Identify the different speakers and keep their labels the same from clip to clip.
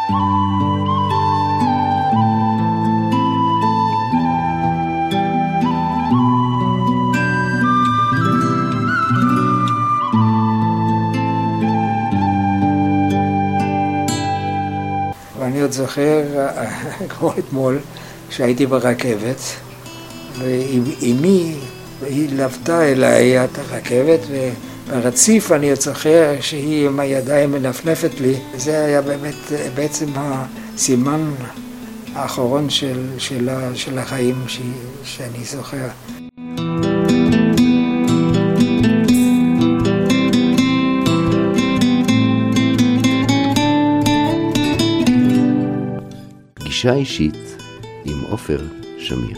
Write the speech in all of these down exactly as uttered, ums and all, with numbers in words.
Speaker 1: ואני עוד זוכר, כמו אתמול, שהייתי ברכבת, ואימי, היא לבתה אליי את הרכבת, וברציף אני עוד זוכר שהיא עם הידיים מנפנפת לי. זה היה באמת בעצם הסימן האחרון של, של, של החיים ש, שאני זוכר.
Speaker 2: פגישה אישית עם עופר שמיר.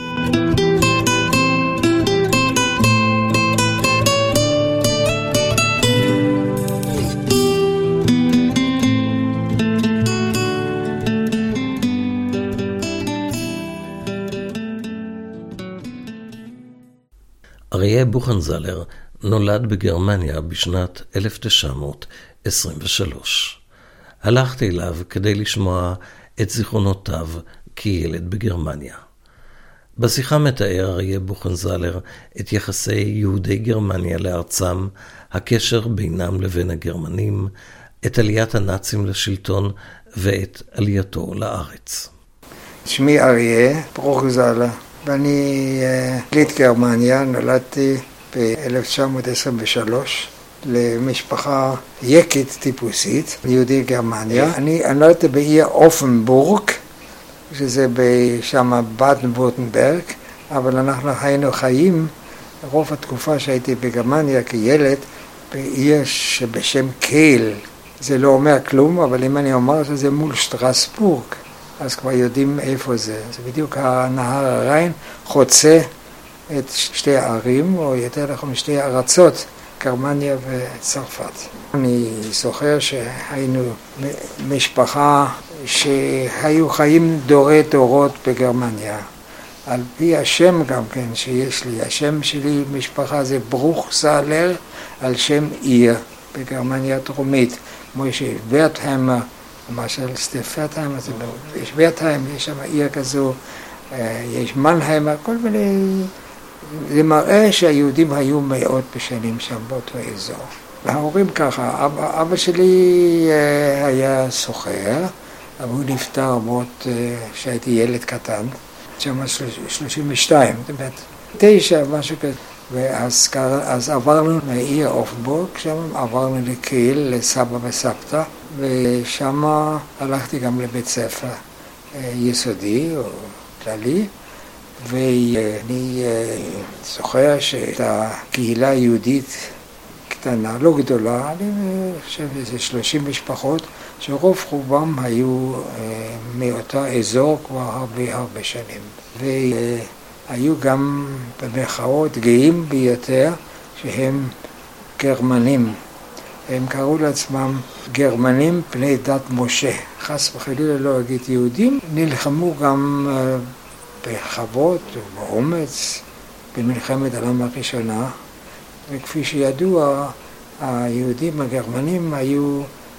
Speaker 3: אריה בוכנזלר נולד בגרמניה בשנת אלף תשע מאות עשרים ושלוש. הלכתי אליו כדי לשמוע את זיכרונותיו כילד בגרמניה. בשיחה מתאר אריה בוכנזלר את יחסי יהודי גרמניה לארצם, הקשר בינם לבין הגרמנים, את עליית הנאצים לשלטון ואת עלייתו לארץ.
Speaker 1: שמי אריה בוכנזלר, ואני יליד גרמניה, נולדתי ב-אלף תשע מאות עשרים ושלוש. למשפחה יקית טיפוסית, יהודי גרמניה. אני נולדתי בעיר אופנבורג, שזה שם באדן-וורטנברג, אבל אנחנו היינו חיים, רוב התקופה שהייתי בגרמניה כילד, בעיר שבשם קייל. זה לא אומר כלום, אבל אם אני אומר שזה מול שטרסבורג, אז כבר יודעים איפה זה. זה בדיוק הנהר הריין חוצה את שתי הערים, או יותר נכון שתי ארצות, גרמניה וצרפת. אני זוכר שהיינו משפחה שהיו חיים דורי דורות בגרמניה. על פי השם גם כן שיש לי, השם שלי משפחה זה ברוכזלר, על שם עיר בגרמניה הדרומית. כמו שוורטהיימר, למשל סטפרטהיים, יש וורטהיים, יש שם עיר כזו, יש מנהיימר, כל מיני. זה מראה שהיהודים היו מאות בשנים שם באותו אזור. ההורים ככה, אבא, אבא שלי היה סוחר, אבל הוא נפטר מאוד שהייתי ילד קטן, שם שלושים ושתיים, זאת אומרת, תשע, משהו כזה. ואז אז עברנו לעיר אופנבורג, שם עברנו לקייל, לסבא וסבתא, ושם הלכתי גם לבית ספר יסודי או כללי. ואני זוכר שאת הקהילה היהודית קטנה, לא גדולה, אני חושב שזה שלושים משפחות, שרוב רובם היו מאותו אזור כבר הרבה הרבה שנים. והיו גם במחאות גאים ביותר שהם גרמנים. הם קראו לעצמם גרמנים בני דת משה. חס וחלילה לא אגיד יהודים, נלחמו גם בכבוד ובאומץ במלחמת העולם הראשונה, וכפי שידוע, היהודים הגרמנים היו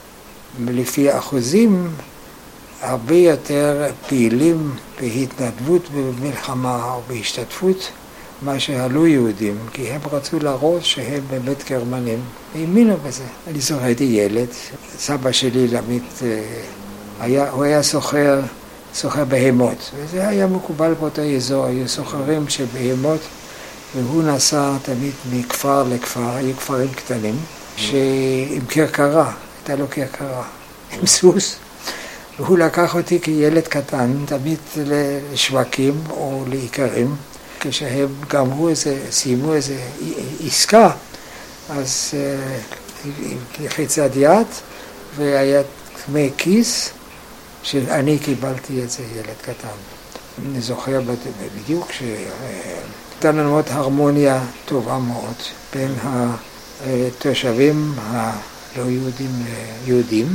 Speaker 1: לפי אחוזים הרבה יותר פעילים בהתנדבות ובמלחמה או בהשתתפות מה שהלו יהודים, כי הם רצו להראות שהם באמת גרמנים, והאמינו בזה. אני זוכר, הייתי ילד, סבא שלי למית, היה, הוא היה סוחר, סוחר בהמות, וזה היה מקובל באותו אזור, היו סוחרים של בהמות, והוא נסע תמיד מכפר לכפר, היו כפרים קטנים, שעם כרכרה, הייתה לו כרכרה, עם סוס, והוא לקח אותי כילד קטן, תמיד לשווקים או לעיקרים, כשהם גמרו איזה, סיימו איזה עסקה, אז חיצת יד, והיה דמי כיס, שאני קיבלתי את זה ילד קטן. אני זוכר בדיוק שהייתה לנו מאוד הרמוניה טובה מאוד בין התושבים הלא יהודים ליהודים.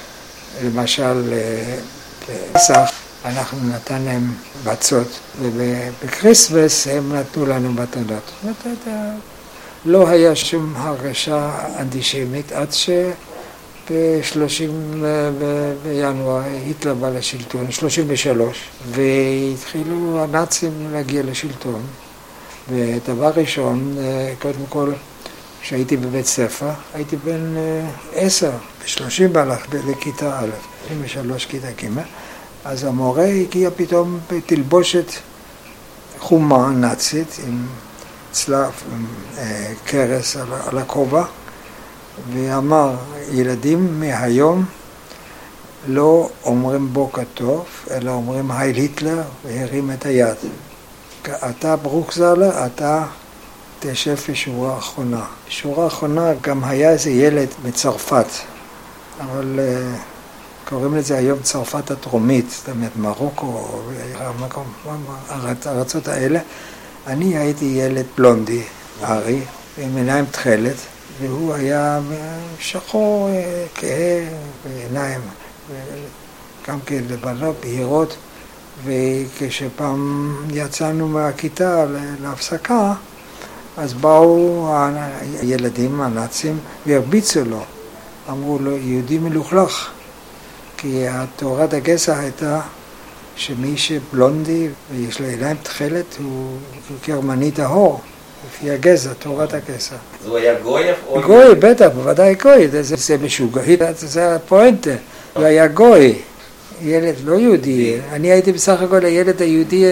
Speaker 1: למשל, בפסח אנחנו נתן להם בצות, ובקריסמס הם נתנו לנו מתנות. לא היה שום הרגשה אנטישמית עד ב-שלושים בינואר היטלר בא לשלטון, שלושים ושלוש, והתחילו הנאצים להגיע לשלטון. ודבר ראשון, קודם כל, כשהייתי בבית ספר, הייתי בן עשר, בשלושים הלך לכיתה א', שלושים ושלוש כיתה ג', אז המורה הגיע פתאום בתלבושת חומה נאצית עם צלב, עם קרס על, על הכובע, ואמר, ילדים מהיום לא אומרים בוקר טוב, אלא אומרים הייל היטלר, והרים את היד. אתה ברוקזלה, אתה תשב בשורה האחרונה. בשורה האחרונה גם היה איזה ילד מצרפת, אבל uh, קוראים לזה היום צרפת הדרומית, זאת אומרת מרוקו, המקום, הארצות האלה. אני הייתי ילד בלונדי, ארי, עם עיניים תכלת, והוא היה שחור, כהה, בעיניים, גם כן לבנות, בהירות, וכשפעם יצאנו מהכיתה להפסקה, אז באו הילדים הנאצים והרביצו לו, אמרו לו, יהודי מלוכלך, כי תורת הגזע הייתה שמי שבלונדי ויש לו עיניים תכלת הוא גרמני טהור, לפי הגזע, תורת הגזע.
Speaker 3: אז הוא היה גוי?
Speaker 1: גוי, בטח, בוודאי גוי, זה, זה משוגע, זה הפואנטה, הוא היה גוי, ילד לא יהודי, אני הייתי בסך הכל הילד היהודי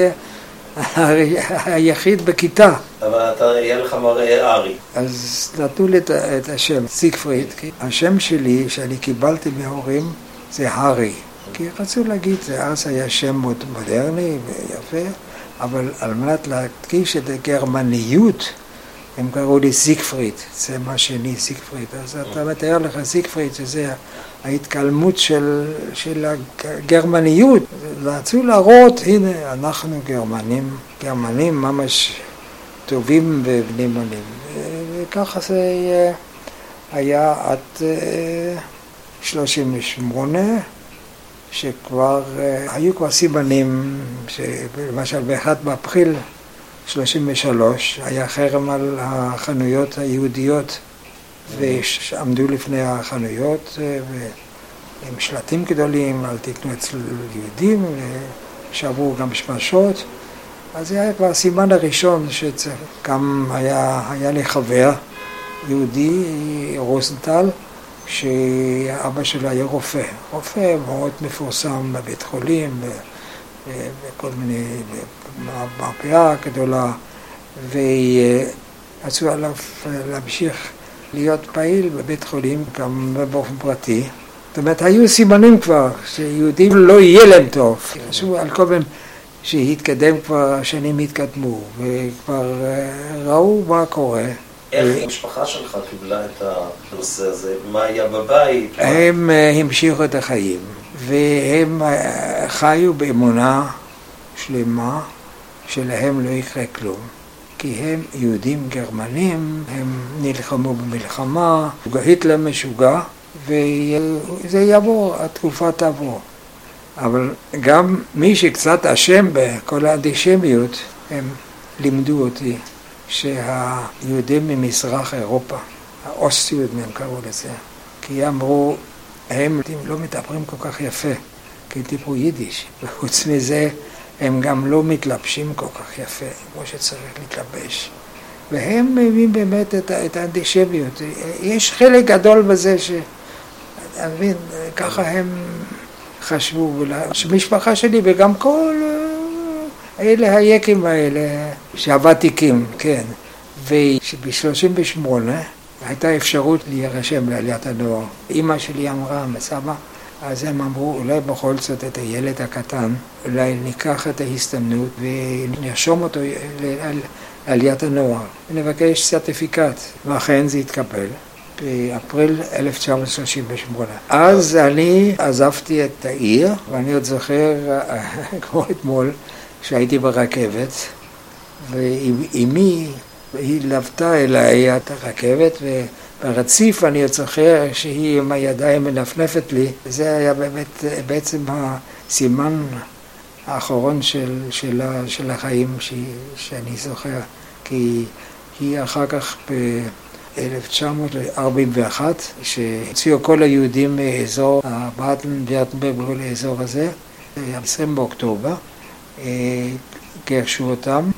Speaker 1: היחיד בכיתה.
Speaker 3: אבל אתה, היה לך מראה ארי.
Speaker 1: אז נתנו לי את השם, זיגפריד, השם שלי שאני קיבלתי מההורים זה הארי, כי רצו להגיד, זה אז היה שם מאוד מודרני ויפה, אבל על מנת להדגיש את הגרמניות, הם קראו לי זיגפריד, זה מה שני זיגפריד, אז אתה מתאר לך זיגפריד, שזה ההתקלמות של, של הגרמניות, רצו להראות, הנה אנחנו גרמנים, גרמנים ממש טובים ונאמנים, וככה זה היה עד שלושים ושמונה, שכבר היו כבר סימנים, למשל ב-אחד באפריל שלושים ושלוש היה חרם על החנויות היהודיות, ועמדו לפני החנויות עם שלטים גדולים, אל תקנו אצל יהודים, ושברו גם שמשות. אז זה היה כבר הסימן הראשון שגם היה, היה לי חבר יהודי, רוזנטל, שאבא שלו היה רופא, רופא מאוד מפורסם בבית חולים, וכל מיני, מרפאה גדולה, ועשו עליו להמשיך להיות פעיל בבית חולים, גם באופן פרטי. זאת אומרת, היו סימנים כבר שיהודים לא יהיה להם טוב. עשו על כל מיני שהתקדם כבר, השנים התקדמו, וכבר ראו מה קורה.
Speaker 3: איך המשפחה שלך קיבלה את הנושא הזה? מה היה בבית?
Speaker 1: הם המשיכו את החיים, והם חיו באמונה שלמה שלהם לא יקרה כלום. כי הם יהודים גרמנים, הם נלחמו במלחמה, היטלר משוגע, וזה יעבור, התקופה תעבור. אבל גם מי שקצת אשם בכל האנטישמיות, הם לימדו אותי שהיהודים ממזרח אירופה, האוסט-יהודים הם קראו לזה, כי אמרו, הם לא מדברים כל כך יפה, כי דיברו יידיש, וחוץ מזה הם גם לא מתלבשים כל כך יפה, כמו שצריך להתלבש. והם מביאים באמת את, את האנטישמיות. יש חלק גדול בזה ש... אני מבין, ככה הם חשבו, המשפחה שלי וגם כל אלה היקים האלה, שהוותיקים, כן. וב-שלושים ושמונה הייתה אפשרות להירשם לעליית הנוער. אמא שלי אמרה, מסבא, אז הם אמרו, אולי בכל זאת את הילד הקטן, אולי ניקח את ההסתמנות ונרשום אותו לעליית הנוער, ונבקש סרטיפיקט, ואכן זה התקבל. באפריל אלף תשע מאות שלושים ושמונה. אז אני עזבתי את העיר, ואני עוד זוכר, כמו אתמול, שהייתי ברכבת, ואימי, היא לבתה אליי את הרכבת, וברציף אני עוד זוכר שהיא עם הידיים מנפנפת לי. זה היה באמת בעצם הסימן האחרון של, של, של החיים ש, שאני זוכר, כי היא אחר כך ב... אלף תשע מאות ארבעים ואחת, שהוציאו כל היהודים מאזור באדן-וירטנברג לאזור הזה, ב-עשרים באוקטובר, גרשו אותם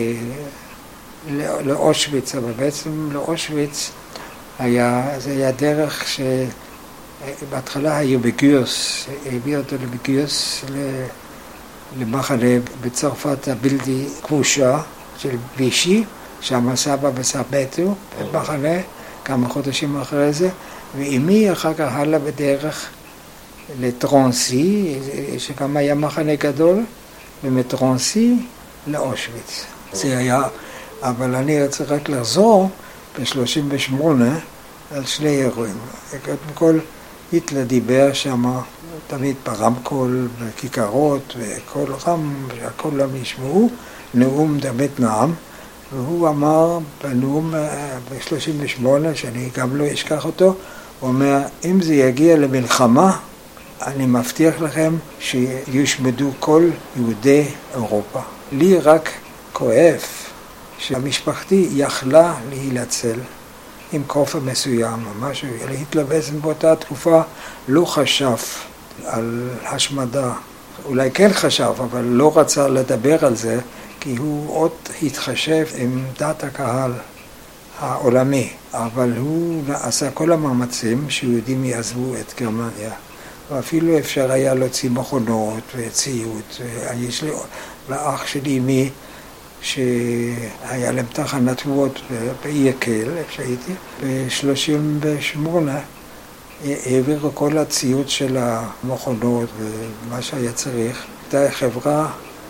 Speaker 1: לאושוויץ, אבל בעצם לאושוויץ היה, זה היה דרך שבהתחלה היו בגיוס, הביא אותו בגיוס למחנה בצרפת הבלתי כבושה של וישי, שם סבא וסבא מתו במחנה כמה חודשים אחרי זה, ואימי אחר כך הלאה בדרך לטרנסי, שגם היה מחנה גדול, ומטרנסי לאושוויץ. זה היה, אבל אני רוצה רק לחזור ב-שלושים ושמונה על שני אירועים. קודם כל, היטלר דיבר שם תמיד ברמקול, בכיכרות, וכל רם, שהכולם ישמעו, נאום דמת נעם, והוא אמר בנאום ב-שלושים ושמונה, שאני גם לא אשכח אותו, הוא אומר, אם זה יגיע למלחמה, אני מבטיח לכם שיושמדו כל יהודי אירופה. לי רק כואב שהמשפחתי יכלה להילצל עם כופר מסוים או משהו. היטלר בעצם באותה תקופה לא חשב על השמדה. אולי כן חשב, אבל לא רצה לדבר על זה, כי הוא עוד התחשב עם דת הקהל העולמי. אבל הוא עשה כל המאמצים שיהודים יעזבו את גרמניה. ואפילו אפשר היה להוציא מכונות וציוד. יש לי, לאח שלי אמי, שהיה להם תחנת ווד באי הקל, איפה שהייתי, ב-שלושים ושמונה העבירו כל הציוד של המכונות ומה שהיה צריך. הייתה חברה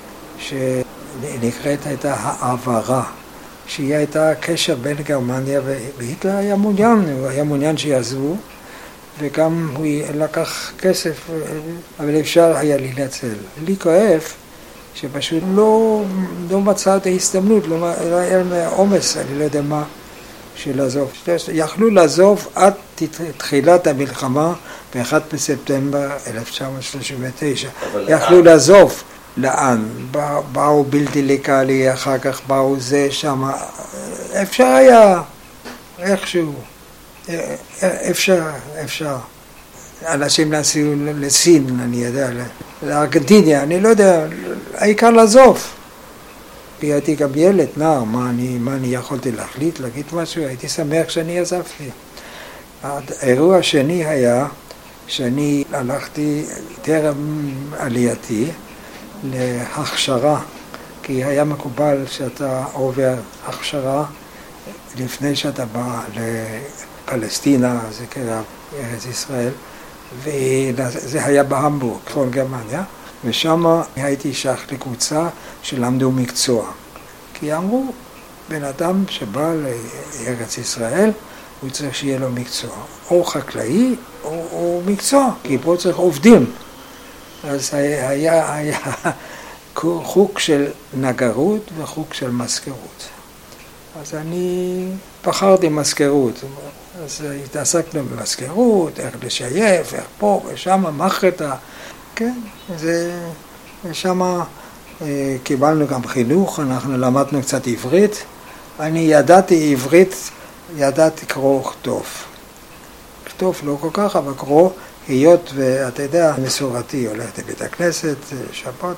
Speaker 1: שנקראת הייתה העברה, שהיא הייתה קשר בין גרמניה והיטלר היה מעוניין, הוא היה מעוניין שיעזבו, וגם הוא לקח כסף, אבל אפשר היה להינצל. לי כואב שפשוט לא, לא מצא את ההסתמנות, לא היה להם עומס, אני לא יודע מה, של לעזוב. יכלו לעזוב עד תחילת המלחמה ב-אחד בספטמבר אלף תשע מאות שלושים ותשע. יכלו לעזוב. לאן? באו בלתי לקלי, אחר כך באו זה שם. אפשר היה, איכשהו. אפשר, אפשר. אנשים נסעו לסין, אני יודע, לארגנטיניה, אני לא יודע, העיקר לעזוב. כי הייתי גם ילד, נער, מה אני, מה אני יכולתי להחליט, להגיד משהו, הייתי שמח שאני עזבתי. האירוע השני היה שאני הלכתי טרם עלייתי להכשרה, כי היה מקובל שאתה עובר הכשרה לפני שאתה בא לפלסטינה, זה קרה ארץ ישראל, וזה היה בהמבורג, צפון גרמניה, ושם הייתי שייך לקבוצה שלמדו מקצוע. כי אמרו, בן אדם שבא לארץ ישראל, הוא צריך שיהיה לו מקצוע, או חקלאי או, או מקצוע, כי פה צריך עובדים. אז היה, היה, היה חוק של נגרות וחוק של מזכירות. אז אני בחרתי מזכירות. אז התעסקנו במזכירות, איך לשייף, איך פה ושם, מחרטה. כן, זה, ושם אה, קיבלנו גם חינוך, אנחנו למדנו קצת עברית. אני ידעתי עברית, ידעתי קרוא וכתוב. כתוב לא כל כך, אבל קרוא, היות ואתה יודע, מסורתי, הולך לבית הכנסת, שבת,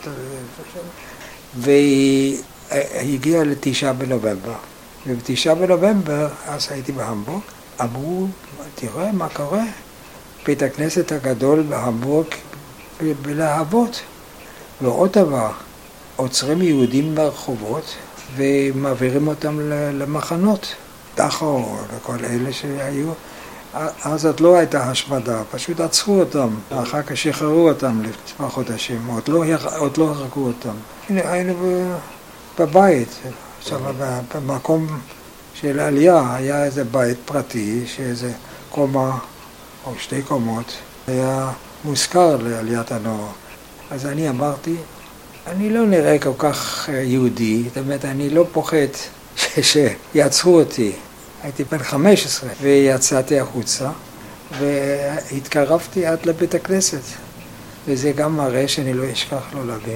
Speaker 1: והגיע לתשעה בנובמבר. ובתשעה בנובמבר, אז הייתי בהמבורג, אמרו, תראה מה קורה, בית הכנסת הגדול בהמבורג בלהבות. ועוד דבר, עוצרים יהודים ברחובות ומעבירים אותם למחנות, דכאו, לכל אלה שהיו. אז עוד לא הייתה השמדה, פשוט עצרו אותם, אחר כך שחררו אותם לפני חודשים, עוד לא, עוד לא הרגו אותם. הנה, היינו בבית, עכשיו במקום של העלייה, היה איזה בית פרטי, שאיזה קומה או שתי קומות, היה מוזכר לעליית הנוער. אז אני אמרתי, אני לא נראה כל כך יהודי, זאת אומרת, אני לא פוחד שיעצרו אותי. הייתי בן חמש עשרה ויצאתי החוצה והתקרבתי עד לבית הכנסת. וזה גם מראה שאני לא אשכח לעולמים.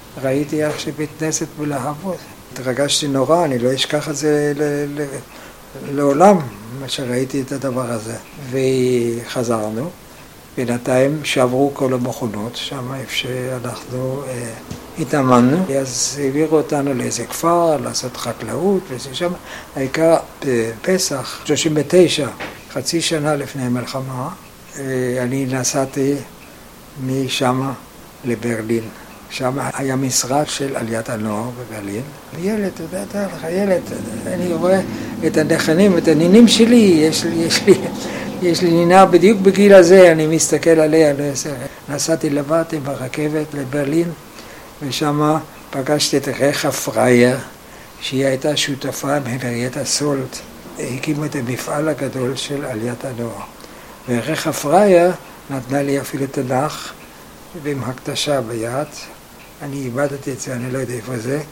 Speaker 1: ראיתי איך שבית כנסת בלהבות. התרגשתי נורא, אני לא אשכח את זה לעולם מה שראיתי את הדבר הזה. וחזרנו, בינתיים שברו כל המכונות, שם איפה שאנחנו אה, התאמנו, אז העבירו אותנו לאיזה כפר, לעשות חקלאות, ושם העיקר בפסח, שלושים ותשע, חצי שנה לפני המלחמה, אה, אני נסעתי משם לברלין. שם היה משרד של עליית הנוער בברלין. וילד, אתה יודע, אתה לך ילד, אני רואה את הנכדים, את הנינים שלי, יש לי, יש לי, יש לי נינה בדיוק בגיל הזה, אני מסתכל עליה, נסעתי לבד ברכבת לברלין, ושם פגשתי את רכה פרייר, שהיא הייתה שותפה עם הנרייטה סולט, הקימו את המפעל הגדול של עליית הנוער. ורכה פרייר נתנה לי אפילו תנ"ך, ועם הקדשה ביד, אני איבדתי את זה, אני לא יודע איפה זה,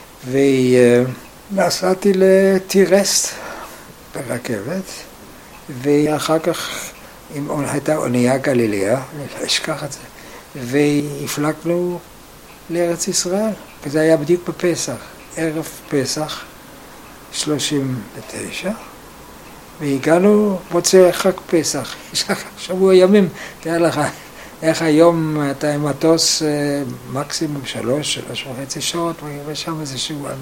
Speaker 1: ונסעתי לטירסט ברכבת, ואחר כך הייתה אונייה גלילאה, אני אשכח את זה, והפלגנו לארץ ישראל, וזה היה בדיוק בפסח, ערב פסח שלושים ותשע, והגענו מוצאי חג פסח, יש לך שבוע ימים, תראה לך, איך היום אתה עם מטוס מקסימום שלוש, שלוש וחצי שעות, ושם איזה שבוע.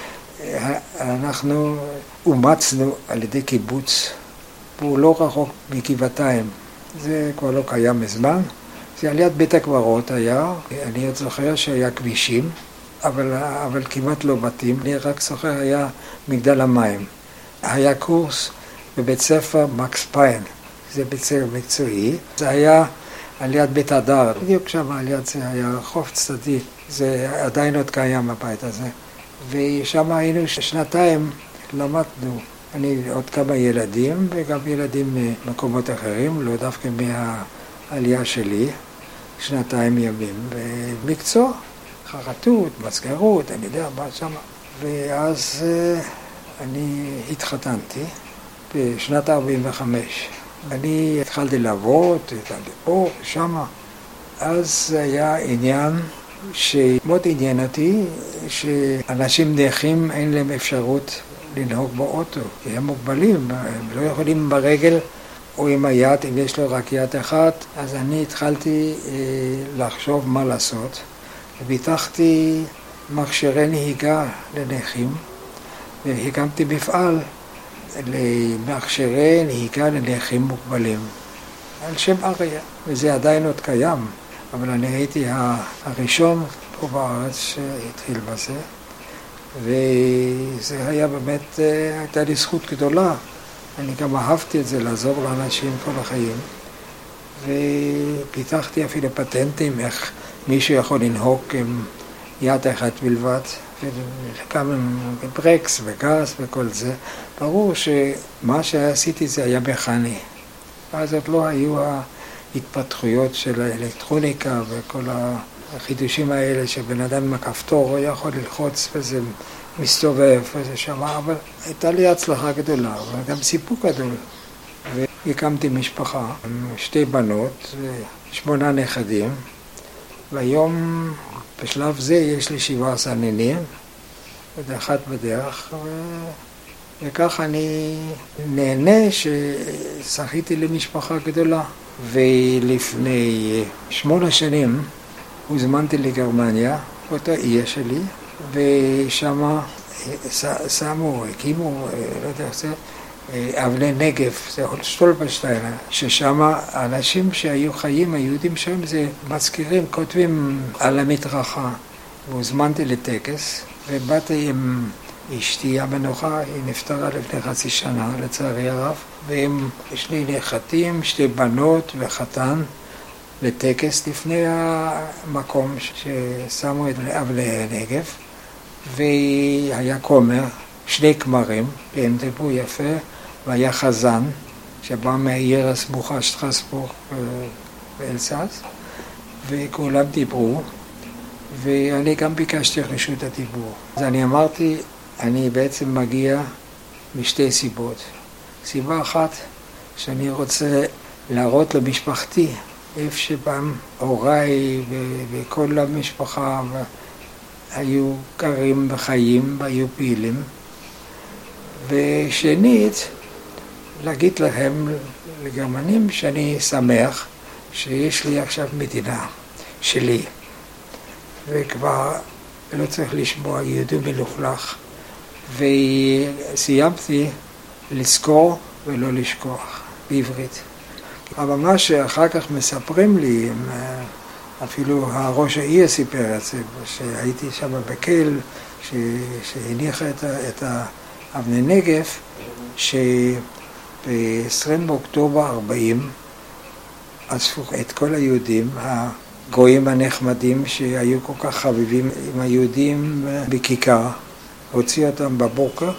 Speaker 1: אנחנו אומצנו על ידי קיבוץ, והוא לא רחוק מגבעתיים, זה כבר לא קיים מזמן. זה על יד בית הקברות היה, אני עוד זוכר שהיה כבישים, אבל, אבל כמעט לא בתים, אני רק זוכר היה מגדל המים. היה קורס בבית ספר מקס פיין, זה בית ספר מקצועי, זה היה על יד בית הדר, בדיוק שם על יד זה היה חוף צדדי, זה עדיין עוד קיים הבית הזה. ושם היינו שנתיים, למדנו, אני עוד כמה ילדים וגם ילדים ממקומות אחרים, לא דווקא מהעלייה שלי, שנתיים ימים במקצוע, חרטות, מזכרות, אני יודע מה שם. ואז אני התחתנתי בשנת ארבעים וחמש. אני התחלתי לעבוד, התחלתי פה, שמה. אז היה עניין שמאוד עניין אותי, שאנשים נכים אין להם אפשרות לנהוג באוטו, כי הם מוגבלים, הם לא יכולים ברגל או עם היד, אם יש לו רק יד אחת. אז אני התחלתי אה, לחשוב מה לעשות, ופיתחתי מכשירי נהיגה לנכים, והקמתי מפעל למכשירי נהיגה לנכים מוגבלים על שם אריה, וזה עדיין עוד קיים, אבל אני הייתי הראשון פה בארץ שהתחיל בזה, וזה היה באמת, הייתה לי זכות גדולה. אני גם אהבתי את זה, לעזור לאנשים כל החיים, ופיתחתי אפילו פטנטים איך מישהו יכול לנהוג עם יד אחת בלבד, וגם עם ברקס וגז וכל זה. ברור שמה שעשיתי זה היה מכני. אז עוד לא היו ההתפתחויות של האלקטרוניקה וכל החידושים האלה שבן אדם עם הכפתור הוא יכול ללחוץ וזה מסתובב וזה שמה, אבל הייתה לי הצלחה גדולה וגם סיפוק גדול. והקמתי משפחה עם שתי בנות ושמונה נכדים, והיום בשלב זה יש לי שבעה עשר נינים, ואחת בדרך, ו... וכך אני נהנה שזכיתי למשפחה גדולה. ולפני שמונה שנים הוזמנתי לגרמניה, אותה עיר שלי, ושם שמו, הקימו, לא יודע, זה אבני נגב, זה שטולפנשטיין, ששם האנשים שהיו חיים, היהודים שם, זה מזכירים, כותבים על המדרכה. והוזמנתי לטקס, ובאתי עם אשתי המנוחה, היא נפטרה לפני חצי שנה, לצערי הרב, ועם שני נכדים, שתי בנות וחתן, לטקס לפני המקום ששמו את אבני נגב, והיה כומר, שני כמרים, והם דיברו יפה, והיה חזן, שבא מהעיר הסמוכה שטרסבורג באלסס, וכולם דיברו, ואני גם ביקשתי רשות הדיבור. אז אני אמרתי, אני בעצם מגיע משתי סיבות. סיבה אחת, שאני רוצה להראות למשפחתי, איפה שבם הוריי וכל המשפחה היו גרים וחיים והיו פעילים. ושנית, להגיד לכם, לגרמנים, שאני שמח שיש לי עכשיו מדינה שלי, וכבר לא צריך לשמוע יהודי מלוכלך, וסיימתי לזכור ולא לשכוח בעברית. אבל מה שאחר כך מספרים לי, אפילו הראש העיר סיפר את זה, שהייתי שם בקל, שהניח את, את האבני נגף, שב-עשרים באוקטובר ארבעים אספו את כל היהודים, הגויים הנחמדים שהיו כל כך חביבים עם היהודים בכיכר, הוציאו אותם בבוקר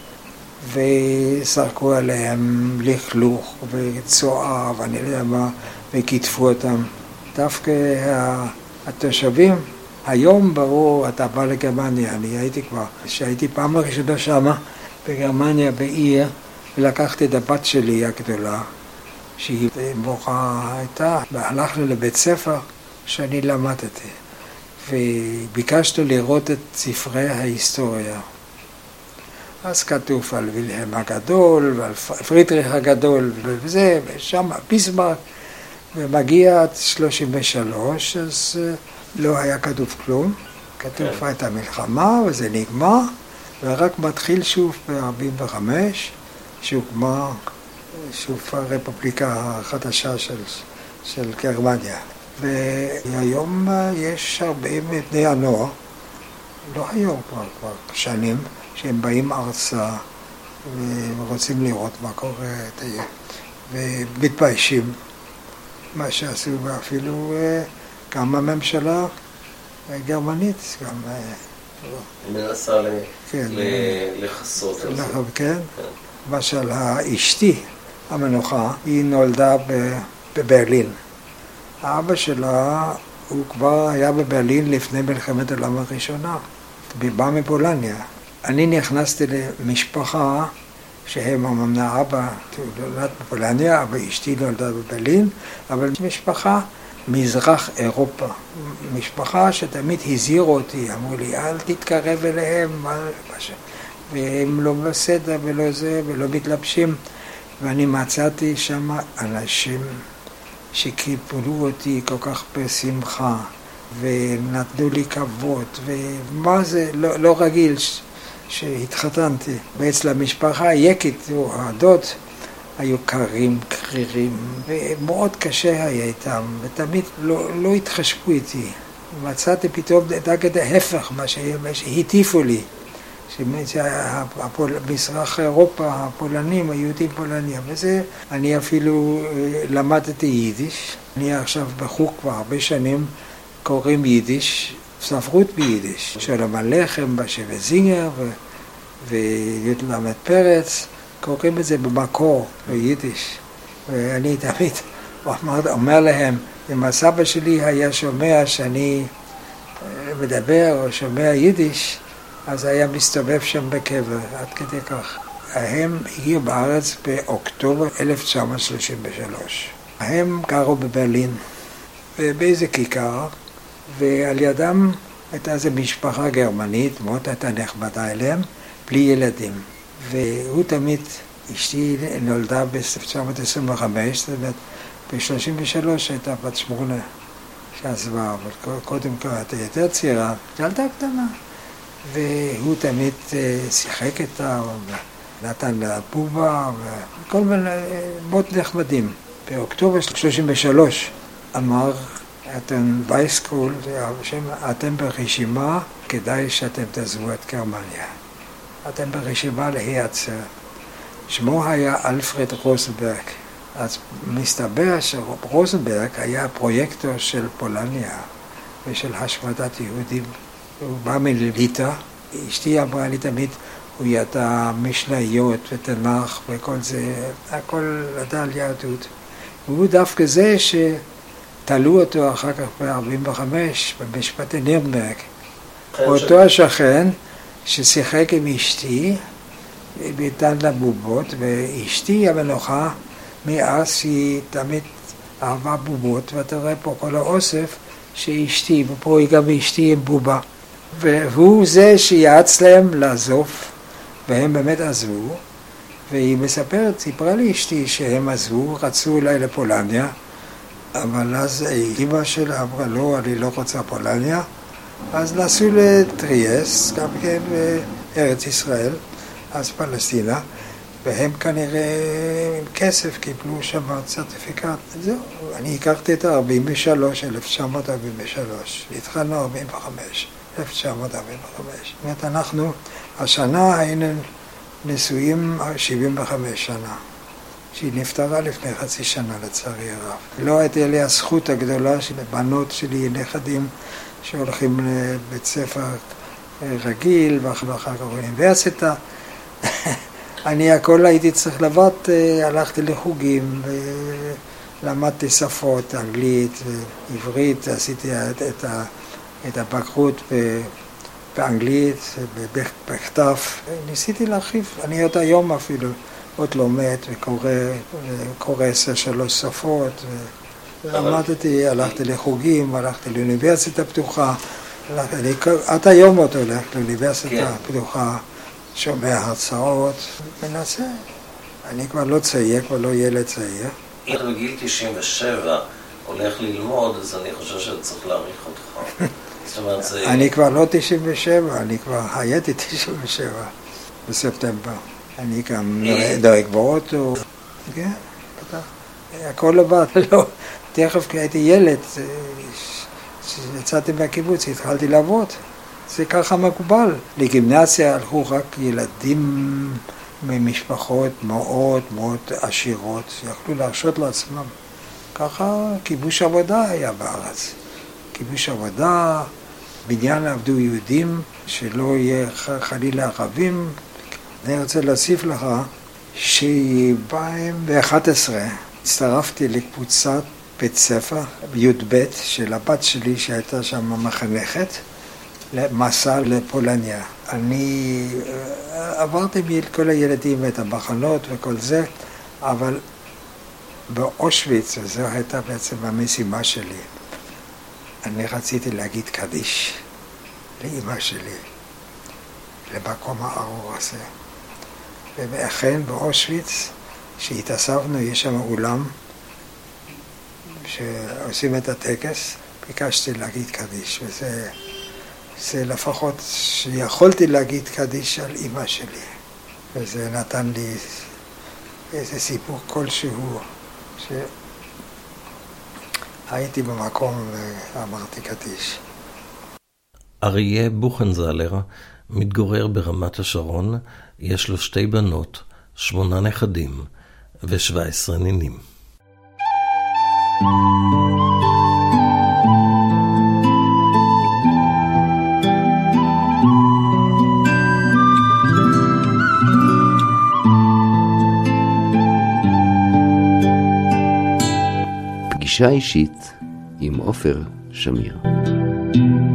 Speaker 1: ושרקו עליהם לכלוך וצואה ואני לא יודע מה, וכתפו אותם. דווקא התושבים, היום ברור, אתה בא לגרמניה, אני הייתי כבר, שהייתי פעם הראשונה שמה בגרמניה בעיר, ולקחתי את הבת שלי הגדולה, שהיא מורה הייתה, והלכנו לבית ספר שאני למדתי, וביקשנו לראות את ספרי ההיסטוריה. אז כתוב על וילהלם הגדול, ועל פרידריך הגדול, וזה, ושם ביסמרק, ומגיע עד שלושים ושלוש, אז לא היה כתוב כלום, כתוב את המלחמה, וזה נגמר, ורק מתחיל שוב ב-ארבעים וחמש, שהוקמה שוב הרפובליקה החדשה של, של גרמניה. והיום יש הרבה מבני הנוער, לא היום כבר, כבר שנים, שהם באים ארצה ורוצים לראות מה קורה, ומתביישים מה שעשו, ואפילו גם הממשלה הגרמנית, גם...
Speaker 3: מנסה לחסות על זה.
Speaker 1: כן. למשל, אשתי המנוחה, היא נולדה בברלין. האבא שלה, הוא כבר היה בברלין לפני מלחמת העולם הראשונה. הוא בא מפולניה. אני נכנסתי למשפחה שהם אמנם אבא נולד בפולניה, אבל אשתי נולדה בברלין, אבל משפחה מזרח אירופה. משפחה שתמיד הזהירו אותי, אמרו לי, אל תתקרב אליהם, והם לא בסדר ולא זה, ולא מתלבשים. ואני מצאתי שם אנשים שקיבלו אותי כל כך בשמחה, ונתנו לי כבוד, ומה זה, לא, לא רגיל שהתחתנתי. ואצל המשפחה היקית, הדוד, היו קרים, קרירים, ומאוד קשה היה איתם, ותמיד לא, לא התחשבו איתי. מצאתי פתאום את ההפך, מה שהטיפו לי. שמזרח אירופה, הפולנים, היהודים פולניה, וזה, אני אפילו למדתי יידיש. אני עכשיו בחוג כבר הרבה שנים קוראים יידיש, ספרות ביידיש. שלום הלחם, בשבט זינגר וי"ל פרץ, קוראים את זה במקור, ביידיש. ואני תמיד אומר, אומר להם, אם הסבא שלי היה שומע שאני מדבר או שומע יידיש, אז היה מסתובב שם בקבר, עד כדי כך. הם הגיעו בארץ באוקטובר אלף תשע מאות שלושים ושלוש. הם גרו בברלין, באיזה כיכר, ועל ידם הייתה איזו משפחה גרמנית, מאוד הייתה נחמדה אליהם, בלי ילדים. והוא תמיד, אשתי נולדה ב-אלף תשע מאות עשרים וחמש, זאת אומרת, ב-שלושים ושלוש הייתה בת שמונה שעזבה, אבל קודם כל הייתה יותר צעירה, ילדה קטנה. והוא תמיד שיחק איתה, נתן לה בובה, וכל מיני מאוד נחמדים. באוקטובר שלושים ושלוש אמר, אתם וייסקול, אתם ברשימה, כדאי שאתם תעזבו את גרמניה. אתם ברשימה להיעצר. שמו היה אלפרד רוזנברג. אז מסתבר שרוזנברג היה פרויקטור של פולניה ושל השמדת יהודים. הוא בא מליטא, אשתי אמרה לי תמיד, הוא ידע משניות ותנ"ך וכל זה, הכל ידע על יהדות. והוא דווקא זה שתלו אותו אחר כך ב-ארבעים וחמש במשפטי נירנברג. אותו השכן ששיחק עם אשתי, ונתן לה בובות, ואשתי המנוחה, מאז היא תמיד אהבה בובות, ואתה רואה פה כל האוסף שאשתי, ופה היא גם אשתי עם בובה. והוא זה שיעץ להם לעזוב והם באמת עזבו, והיא מספרת, סיפרה לי אשתי שהם עזבו, רצו אולי לפולניה, אבל אז אמא שלה אמרה, לא, אני לא רוצה פולניה, אז נסעו לטריאס, גם כן בארץ ישראל, אז פלסטינה, והם כנראה עם כסף קיבלו שם סרטיפיקט. זהו, אני הכרתי את ה-ארבעים ושלוש, אלף תשע מאות ארבעים ושלוש, והתחלנו ארבעים וחמש, אלף תשע מאות ארבעים וחמש. זאת אומרת, אנחנו, השנה היינו נשואים שבעים וחמש שנה, שהיא נפטרה לפני חצי שנה לצערי הרב. לא הייתה לי הזכות הגדולה של בנות שלי, נכדים, שהולכים לבית ספר רגיל, ואחר כך באוניברסיטה. אני הכל הייתי צריך לבד, הלכתי לחוגים, למדתי שפות, אנגלית, עברית, עשיתי את, ה, את הבגרות באנגלית, בכתב. ניסיתי להרחיב, אני עוד היום אפילו עוד לומד וקורא עשר שלוש שפות. למדתי, הלכתי לחוגים, הלכתי לאוניברסיטה פתוחה, אני עד היום עוד הולך לאוניברסיטה פתוחה, שומע הרצאות, מנסה. אני כבר לא צעיר, כבר לא ילד צעיר.
Speaker 3: אם בגיל תשעים ושבע הולך ללמוד, אז אני חושב שצריך להעריך אותך. זאת אומרת, זה...
Speaker 1: אני כבר לא תשעים ושבע, אני כבר הייתי תשעים ושבע בספטמבר. אני גם דואג באוטו. כן, בטח. הכל לבד, לא. תכף כשהייתי ילד, כשיצאתי מהקיבוץ, התחלתי לעבוד. זה ככה מקובל. לגימנסיה הלכו רק ילדים ממשפחות מאוד מאוד עשירות, שיכלו להרשות לעצמם. ככה כיבוש עבודה היה בארץ. כיבוש עבודה, בניין עבדו יהודים, שלא יהיה חלילה ערבים. אני רוצה להוסיף לך ש-אלפיים ואחת עשרה הצטרפתי לקבוצת בית ספר, י' ב' של הבת שלי שהייתה שם מחנכת, למסע לפולניה. אני עברתי מכל הילדים את המחנות וכל זה, אבל באושוויץ, וזו הייתה בעצם המשימה שלי, אני רציתי להגיד קדיש לאמא שלי, למקום הארור הזה. ואכן באושוויץ, שהתאספנו, יש שם אולם שעושים את הטקס, ביקשתי להגיד קדיש, וזה זה לפחות שיכולתי להגיד קדיש על אמא שלי, וזה נתן לי איזה סיפור כלשהו שהייתי במקום ואמרתי קדיש.
Speaker 3: אריה בוכנזלר מתגורר ברמת השרון, יש לו שתי בנות, שמונה נכדים ושבע עשרה נינים.
Speaker 2: פגישה אישית עם עופר שמיר.